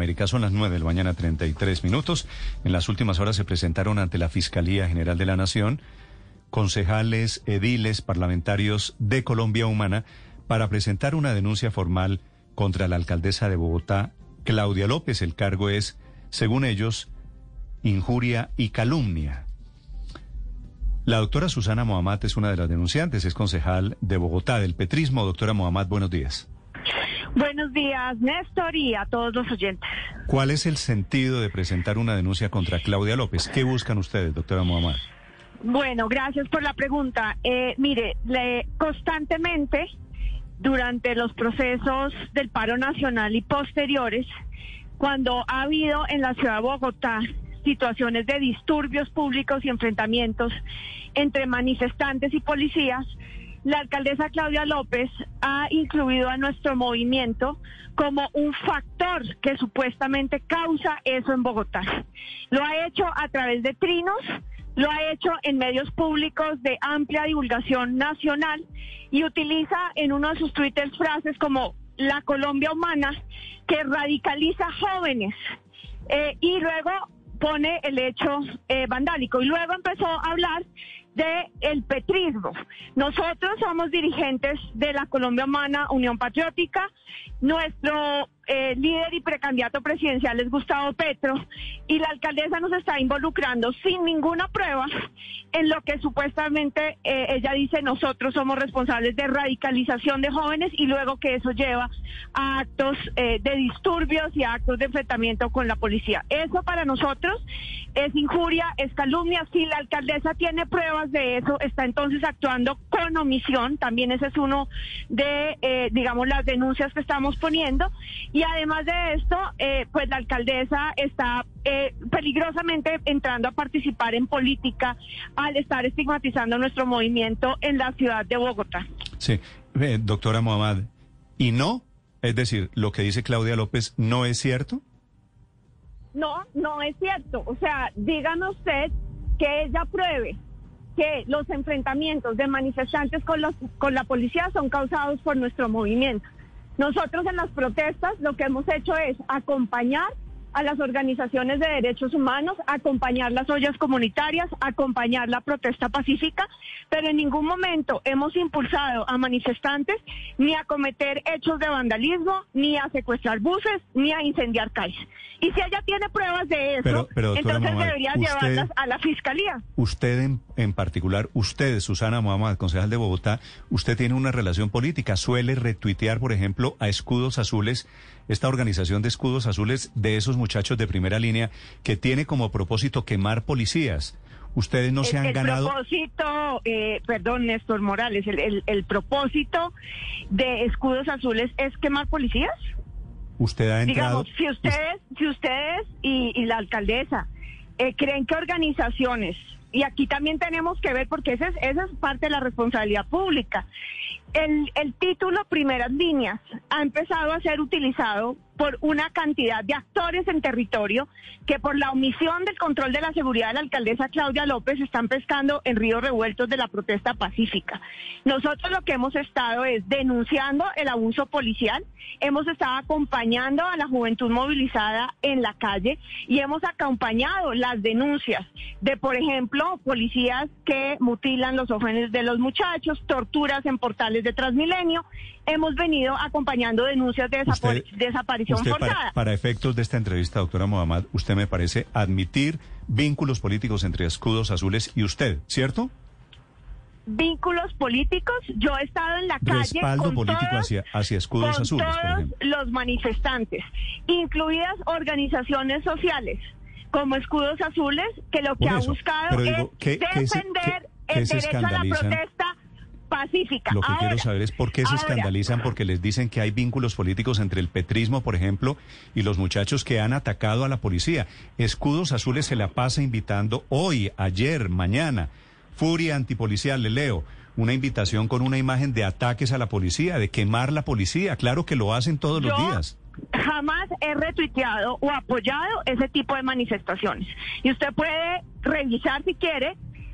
América. Son las 9 de la mañana, 33 minutos. En las últimas horas se presentaron ante la Fiscalía General de la Nación concejales, ediles, parlamentarios de Colombia Humana para presentar una denuncia formal contra la alcaldesa de Bogotá, Claudia López. El cargo es, según ellos, injuria y calumnia. La doctora Susana Mohamad es una de las denunciantes, es concejal de Bogotá, del petrismo. Doctora Mohamad, buenos días. Buenos días, Néstor, y a todos los oyentes. ¿Cuál es el sentido de presentar una denuncia contra Claudia López? ¿Qué buscan ustedes, doctora Mohamad? Bueno, gracias por la pregunta. Constantemente, durante los procesos del paro nacional y posteriores, cuando ha habido en la ciudad de Bogotá situaciones de disturbios públicos y enfrentamientos entre manifestantes y policías, la alcaldesa Claudia López ha incluido a nuestro movimiento como un factor que supuestamente causa eso en Bogotá. Lo ha hecho a través de trinos, lo ha hecho en medios públicos de amplia divulgación nacional y utiliza en uno de sus twitters frases como la Colombia humana, que radicaliza jóvenes, y luego pone el hecho vandálico, y luego empezó a hablar de el petrismo. Nosotros somos dirigentes de la Colombia Humana Unión Patriótica. Nuestro líder y precandidato presidencial es Gustavo Petro, y la alcaldesa nos está involucrando sin ninguna prueba en lo que supuestamente ella dice nosotros somos responsables de radicalización de jóvenes, y luego que eso lleva a actos de disturbios y a actos de enfrentamiento con la policía. Eso para nosotros es injuria, es calumnia. Si la alcaldesa tiene pruebas de eso, está entonces actuando con omisión. También ese es uno de, las denuncias que estamos poniendo. Y además de esto, pues la alcaldesa está peligrosamente entrando a participar en política al estar estigmatizando nuestro movimiento en la ciudad de Bogotá. Sí, doctora Mohamad, ¿y no? Es decir, lo que dice Claudia López no es cierto. No es cierto. O sea, dígame usted que ella pruebe que los enfrentamientos de manifestantes con la policía son causados por nuestro movimiento. Nosotros en las protestas lo que hemos hecho es acompañar a las organizaciones de derechos humanos, acompañar las ollas comunitarias, acompañar la protesta pacífica, pero en ningún momento hemos impulsado a manifestantes ni a cometer hechos de vandalismo, ni a secuestrar buses, ni a incendiar calles. Y si ella tiene pruebas de eso, pero entonces Mohamad, debería llevarlas a la fiscalía. Usted en particular, usted, Susana Mohamad, concejal de Bogotá, usted tiene una relación política, suele retuitear, por ejemplo, a Escudos Azules, esta organización de Escudos Azules de esos muchachos de primera línea que tiene como propósito quemar policías. Ustedes no se han ganado... Perdón, Néstor Morales, el propósito de Escudos Azules es quemar policías. Usted ha entrado... Digamos, si ustedes y la alcaldesa creen que organizaciones, y aquí también tenemos que ver, porque esa es parte de la responsabilidad pública, el título Primeras Líneas ha empezado a ser utilizado por una cantidad de actores en territorio que por la omisión del control de la seguridad de la alcaldesa Claudia López están pescando en ríos revueltos de la protesta pacífica. Nosotros lo que hemos estado es denunciando el abuso policial, hemos estado acompañando a la juventud movilizada en la calle y hemos acompañado las denuncias de, por ejemplo, policías que mutilan los ojos de los muchachos, torturas en portales de Transmilenio. Hemos venido acompañando denuncias de desaparición forzada. Para efectos de esta entrevista, doctora Mohamad, usted me parece admitir vínculos políticos entre Escudos Azules y usted, ¿cierto? Vínculos políticos, yo he estado en la calle respaldo con político hacia Escudos Azules, todos por ejemplo, los manifestantes, incluidas organizaciones sociales como Escudos Azules, que lo que ha buscado es defender el derecho a la protesta pacífica. Lo que quiero saber es por qué se escandalizan, porque les dicen que hay vínculos políticos entre el petrismo, por ejemplo, y los muchachos que han atacado a la policía. Escudos Azules se la pasa invitando hoy, ayer, mañana. Furia antipolicial, le leo, una invitación con una imagen de ataques a la policía, de quemar la policía. Claro que lo hacen todos los días. Jamás he retuiteado o apoyado ese tipo de manifestaciones. Y usted puede revisar si quiere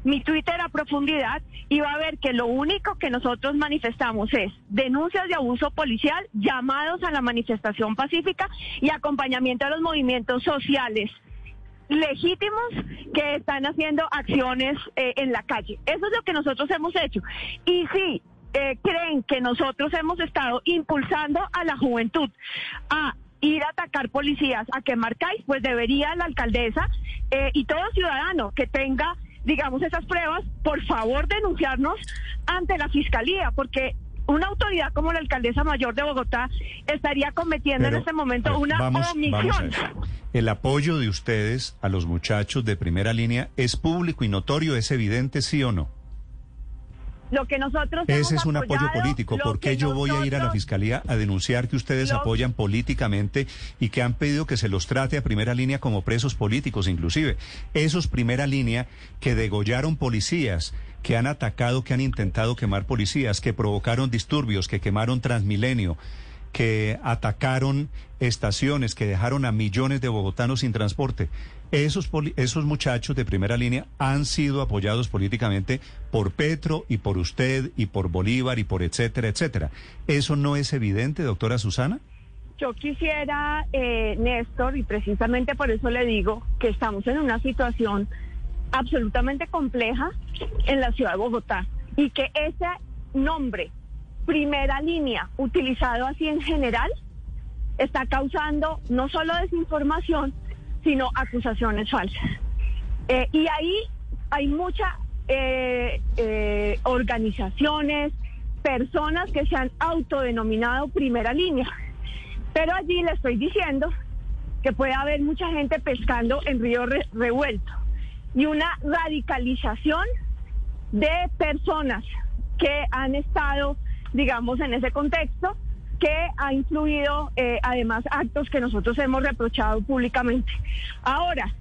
mi Twitter a profundidad y va a ver que lo único que nosotros manifestamos es denuncias de abuso policial, llamados a la manifestación pacífica y acompañamiento a los movimientos sociales legítimos que están haciendo acciones en la calle. Eso es lo que nosotros hemos hecho. Y si creen que nosotros hemos estado impulsando a la juventud a ir a atacar policías, a quemar CAIs, pues debería la alcaldesa y todo ciudadano que tenga, digamos, esas pruebas, por favor denunciarnos ante la fiscalía, porque una autoridad como la alcaldesa mayor de Bogotá estaría cometiendo en este momento una omisión. El apoyo de ustedes a los muchachos de primera línea es público y notorio, es evidente, ¿sí o no? Lo que nosotros Ese es un apoyo político. ¿Por qué yo voy a ir a la fiscalía a denunciar que ustedes apoyan políticamente y que han pedido que se los trate a primera línea como presos políticos, inclusive? Esos primera línea que degollaron policías, que han atacado, que han intentado quemar policías, que provocaron disturbios, que quemaron Transmilenio, que atacaron estaciones, que dejaron a millones de bogotanos sin transporte. Esos muchachos de primera línea han sido apoyados políticamente por Petro y por usted y por Bolívar y por etcétera, etcétera. ¿Eso no es evidente, doctora Susana? Yo quisiera, Néstor, y precisamente por eso le digo que estamos en una situación absolutamente compleja en la ciudad de Bogotá y que ese nombre, primera línea, utilizado así en general, está causando no solo desinformación, sino acusaciones falsas. Y ahí hay muchas organizaciones, personas que se han autodenominado primera línea. Pero allí le estoy diciendo que puede haber mucha gente pescando en río revuelto y una radicalización de personas que han estado, digamos, en ese contexto, que ha influido además actos que nosotros hemos reprochado públicamente. Ahora,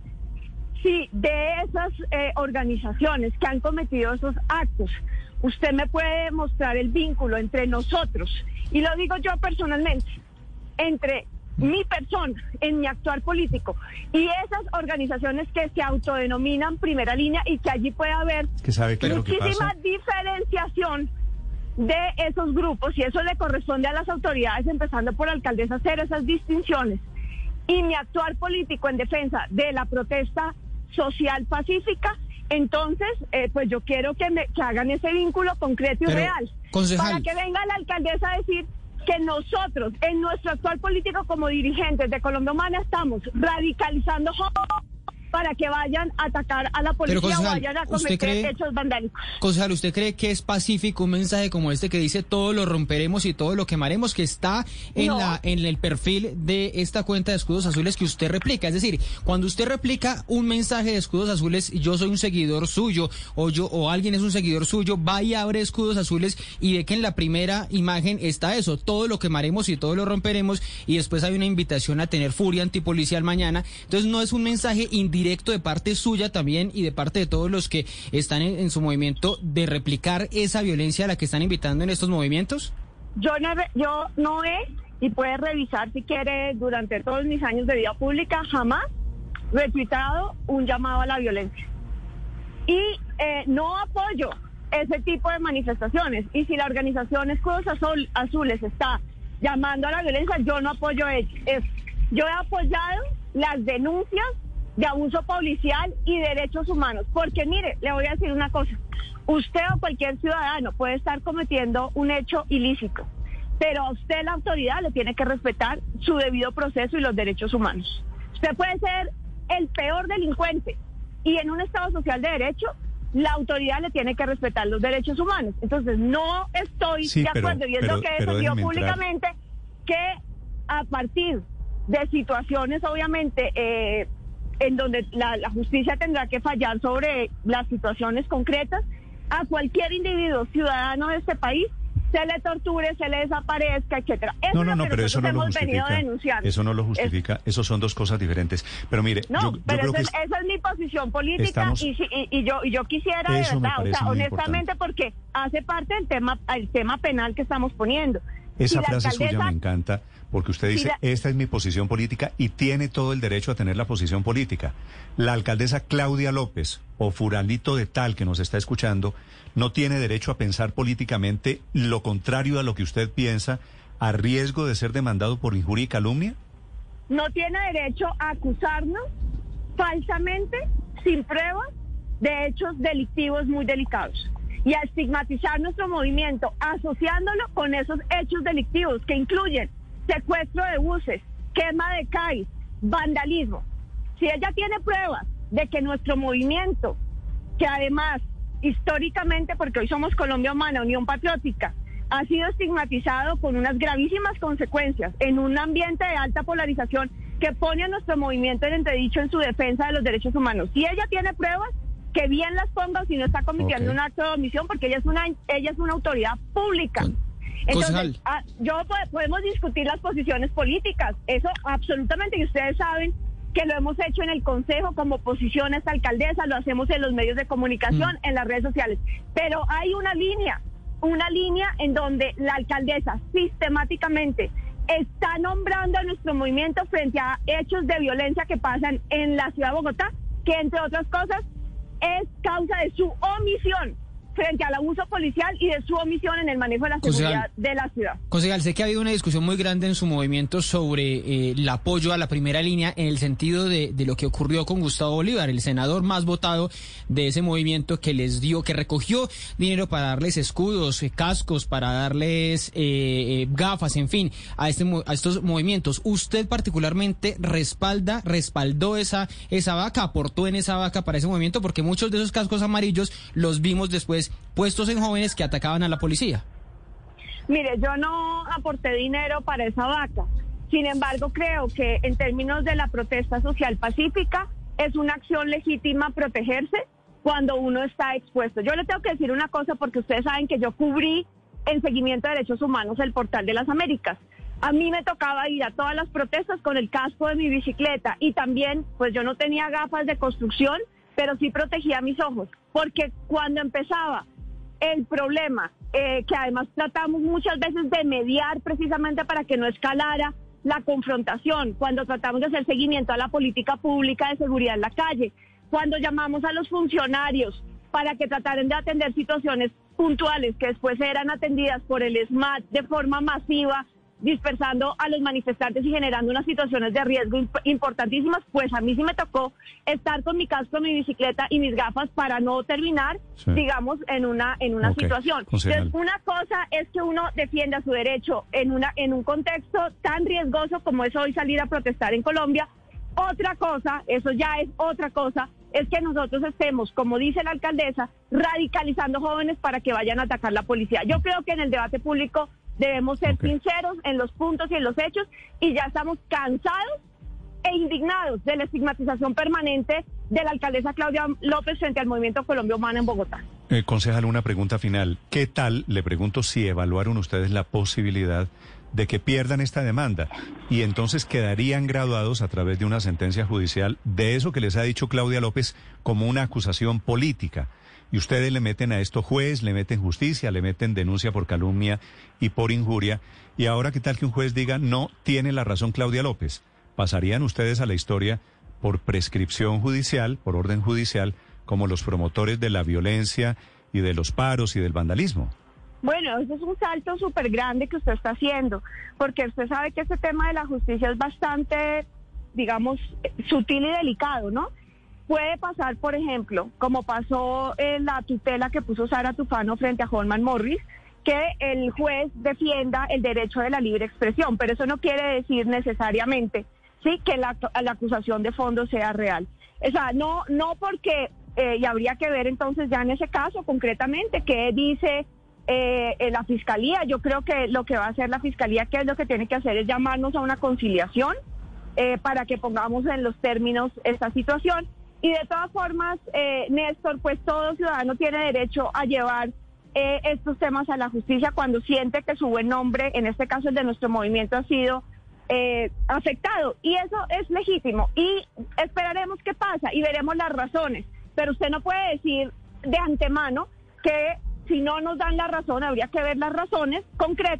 si de esas organizaciones que han cometido esos actos, usted me puede mostrar el vínculo entre nosotros, y lo digo yo personalmente, entre mi persona, en mi actuar político, y esas organizaciones que se autodenominan primera línea y que allí puede haber muchísima diferenciación de esos grupos, y eso le corresponde a las autoridades, empezando por la alcaldesa, hacer esas distinciones. Y mi actuar político en defensa de la protesta social pacífica, entonces, pues yo quiero que hagan ese vínculo concreto y real. Concejal, para que venga la alcaldesa a decir que nosotros, en nuestro actual político como dirigentes de Colombia Humana, estamos radicalizando para que vayan a atacar a la policía, concejal, o vayan a cometer hechos vandálicos. Concejal, ¿usted cree que es pacífico un mensaje como este que dice todo lo romperemos y todo lo quemaremos, que está en el perfil de esta cuenta de Escudos Azules que usted replica? Es decir, cuando usted replica un mensaje de Escudos Azules, yo soy un seguidor suyo, o alguien es un seguidor suyo, va y abre Escudos Azules y ve que en la primera imagen está eso, todo lo quemaremos y todo lo romperemos, y después hay una invitación a tener furia antipolicial mañana. Entonces, ¿no es un mensaje indirecto de parte suya también y de parte de todos los que están en su movimiento de replicar esa violencia a la que están invitando en estos movimientos? Yo no he, y puede revisar si quiere, durante todos mis años de vida pública, jamás retuitado un llamado a la violencia. Y no apoyo ese tipo de manifestaciones. Y si la organización Escudos Azules está llamando a la violencia, yo no apoyo eso. Yo he apoyado las denuncias de abuso policial y derechos humanos, porque mire, le voy a decir una cosa, usted o cualquier ciudadano puede estar cometiendo un hecho ilícito, pero a usted, la autoridad, le tiene que respetar su debido proceso y los derechos humanos. Usted puede ser el peor delincuente y en un Estado social de derecho, la autoridad le tiene que respetar los derechos humanos. Entonces, no estoy de acuerdo, y es lo que he defendido públicamente, que a partir de situaciones, obviamente, en donde la justicia tendrá que fallar sobre las situaciones concretas, a cualquier individuo ciudadano de este país se le torture, se le desaparezca, etcétera. Eso pero eso no lo justifica. Eso no lo justifica. Eso son dos cosas diferentes. Pero mire, yo creo que esa es mi posición política, y yo quisiera, de verdad, o sea, honestamente, porque hace parte del tema penal que estamos poniendo. Esa frase suya me encanta, porque usted dice, esta es mi posición política y tiene todo el derecho a tener la posición política. La alcaldesa Claudia López o Furalito de tal que nos está escuchando no tiene derecho a pensar políticamente lo contrario a lo que usted piensa, a riesgo de ser demandado por injuria y calumnia. No tiene derecho a acusarnos falsamente, sin pruebas, de hechos delictivos muy delicados y a estigmatizar nuestro movimiento asociándolo con esos hechos delictivos que incluyen secuestro de buses, quema de CAIS, vandalismo. Si ella tiene pruebas de que nuestro movimiento, que además históricamente, porque hoy somos Colombia Humana, Unión Patriótica, ha sido estigmatizado con unas gravísimas consecuencias en un ambiente de alta polarización que pone a nuestro movimiento en entredicho en su defensa de los derechos humanos. Si ella tiene pruebas, que bien las ponga, si no está cometiendo un acto de omisión, porque ella es una autoridad pública. Entonces, podemos discutir las posiciones políticas, eso absolutamente, y ustedes saben que lo hemos hecho en el Consejo como oposición a esta alcaldesa, lo hacemos en los medios de comunicación, en las redes sociales, pero hay una línea en donde la alcaldesa sistemáticamente está nombrando a nuestro movimiento frente a hechos de violencia que pasan en la ciudad de Bogotá, que entre otras cosas es causa de su omisión frente al abuso policial y de su omisión en el manejo de la seguridad de la ciudad. Concejal, sé que ha habido una discusión muy grande en su movimiento sobre el apoyo a la primera línea en el sentido de lo que ocurrió con Gustavo Bolívar, el senador más votado de ese movimiento que recogió dinero para darles escudos, cascos, para darles gafas, en fin, a estos movimientos. ¿Usted particularmente respaldó esa vaca, aportó en esa vaca para ese movimiento? Porque muchos de esos cascos amarillos los vimos después puestos en jóvenes que atacaban a la policía. Mire, yo no aporté dinero para esa vaca. Sin embargo, creo que en términos de la protesta social pacífica, es una acción legítima protegerse cuando uno está expuesto. Yo le tengo que decir una cosa, porque ustedes saben que yo cubrí en seguimiento de derechos humanos el Portal de las Américas. A mí me tocaba ir a todas las protestas con el casco de mi bicicleta y también, pues yo no tenía gafas de construcción, pero sí protegía mis ojos, porque cuando empezaba el problema, que además tratamos muchas veces de mediar precisamente para que no escalara la confrontación, cuando tratamos de hacer seguimiento a la política pública de seguridad en la calle, cuando llamamos a los funcionarios para que trataran de atender situaciones puntuales que después eran atendidas por el SMAT de forma masiva, dispersando a los manifestantes y generando unas situaciones de riesgo importantísimas, pues a mí sí me tocó estar con mi casco, mi bicicleta y mis gafas para no terminar, digamos, en una situación. Entonces, una cosa es que uno defienda su derecho en un contexto tan riesgoso como es hoy salir a protestar en Colombia. Otra cosa, eso ya es otra cosa, es que nosotros estemos, como dice la alcaldesa, radicalizando jóvenes para que vayan a atacar la policía. Yo creo que en el debate público debemos ser sinceros en los puntos y en los hechos, y ya estamos cansados e indignados de la estigmatización permanente de la alcaldesa Claudia López frente al movimiento Colombia Humana en Bogotá. Concejal, una pregunta final. ¿Qué tal, le pregunto, si evaluaron ustedes la posibilidad de que pierdan esta demanda y entonces quedarían graduados a través de una sentencia judicial de eso que les ha dicho Claudia López como una acusación política? Y ustedes le meten a esto juez, le meten justicia, le meten denuncia por calumnia y por injuria. Y ahora, ¿qué tal que un juez diga, no, tiene la razón Claudia López? ¿Pasarían ustedes a la historia por prescripción judicial, por orden judicial, como los promotores de la violencia y de los paros y del vandalismo? Bueno, eso es un salto súper grande que usted está haciendo, porque usted sabe que este tema de la justicia es bastante, digamos, sutil y delicado, ¿no? Puede pasar, por ejemplo, como pasó en la tutela que puso Sara Tufano frente a Holman Morris, que el juez defienda el derecho de la libre expresión, pero eso no quiere decir necesariamente, sí, que la acusación de fondo sea real. O sea, no porque, y habría que ver entonces ya en ese caso concretamente qué dice la Fiscalía. Yo creo que lo que va a hacer la Fiscalía, que es lo que tiene que hacer, es llamarnos a una conciliación para que pongamos en los términos esta situación. Y de todas formas, Néstor, pues todo ciudadano tiene derecho a llevar estos temas a la justicia cuando siente que su buen nombre, en este caso el de nuestro movimiento, ha sido afectado. Y eso es legítimo. Y esperaremos qué pasa y veremos las razones. Pero usted no puede decir de antemano que si no nos dan la razón, habría que ver las razones concretas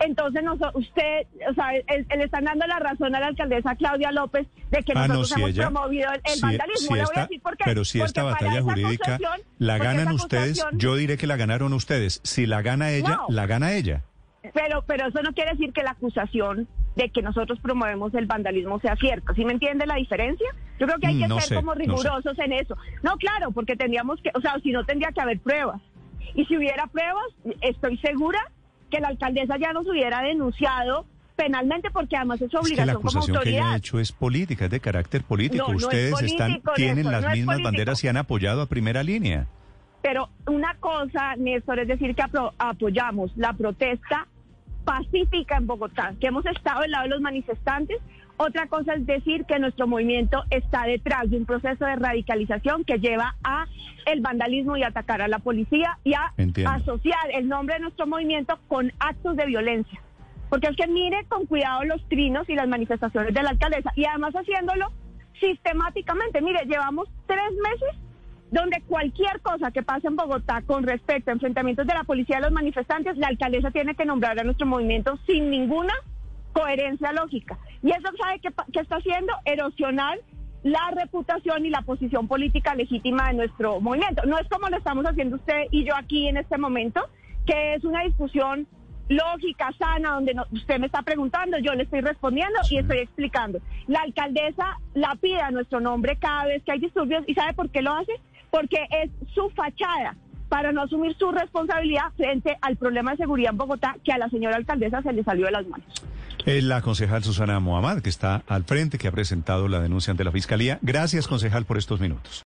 Entonces, usted, o sea, le están dando la razón a la alcaldesa Claudia López de que nosotros hemos promovido el vandalismo. Le voy a decir por qué. Pero si esta batalla jurídica la ganan ustedes, yo diré que la ganaron ustedes. Si la gana ella, la gana ella. Pero eso no quiere decir que la acusación de que nosotros promovemos el vandalismo sea cierta. ¿Sí me entiende la diferencia? Yo creo que hay que ser como rigurosos en eso. No, claro, porque tendríamos que, o sea, si no tendría que haber pruebas. Y si hubiera pruebas, estoy segura que la alcaldesa ya nos hubiera denunciado penalmente, porque además es su obligación como autoridad. Es que la acusación que ella ha hecho es política, es de carácter político. No, ustedes no es político, tienen Néstor, las mismas banderas y han apoyado a primera línea. Pero una cosa, Néstor, es decir que apoyamos la protesta pacífica en Bogotá, que hemos estado del lado de los manifestantes. Otra cosa es decir que nuestro movimiento está detrás de un proceso de radicalización que lleva a el vandalismo y atacar a la policía y a asociar el nombre de nuestro movimiento con actos de violencia. Porque es que mire con cuidado los trinos y las manifestaciones de la alcaldesa, y además haciéndolo sistemáticamente. Mire, llevamos 3 meses donde cualquier cosa que pase en Bogotá con respecto a enfrentamientos de la policía y los manifestantes, la alcaldesa tiene que nombrar a nuestro movimiento sin ninguna coherencia lógica. Y eso, ¿sabe qué está haciendo? Erosionar la reputación y la posición política legítima de nuestro movimiento. No es como lo estamos haciendo usted y yo aquí en este momento, que es una discusión lógica, sana, donde usted me está preguntando, yo le estoy respondiendo y estoy explicando. La alcaldesa la pide a nuestro nombre cada vez que hay disturbios. ¿Y sabe por qué lo hace? Porque es su fachada para no asumir su responsabilidad frente al problema de seguridad en Bogotá, que a la señora alcaldesa se le salió de las manos. La concejal Susana Mohamad, que está al frente, que ha presentado la denuncia ante la Fiscalía. Gracias, concejal, por estos minutos.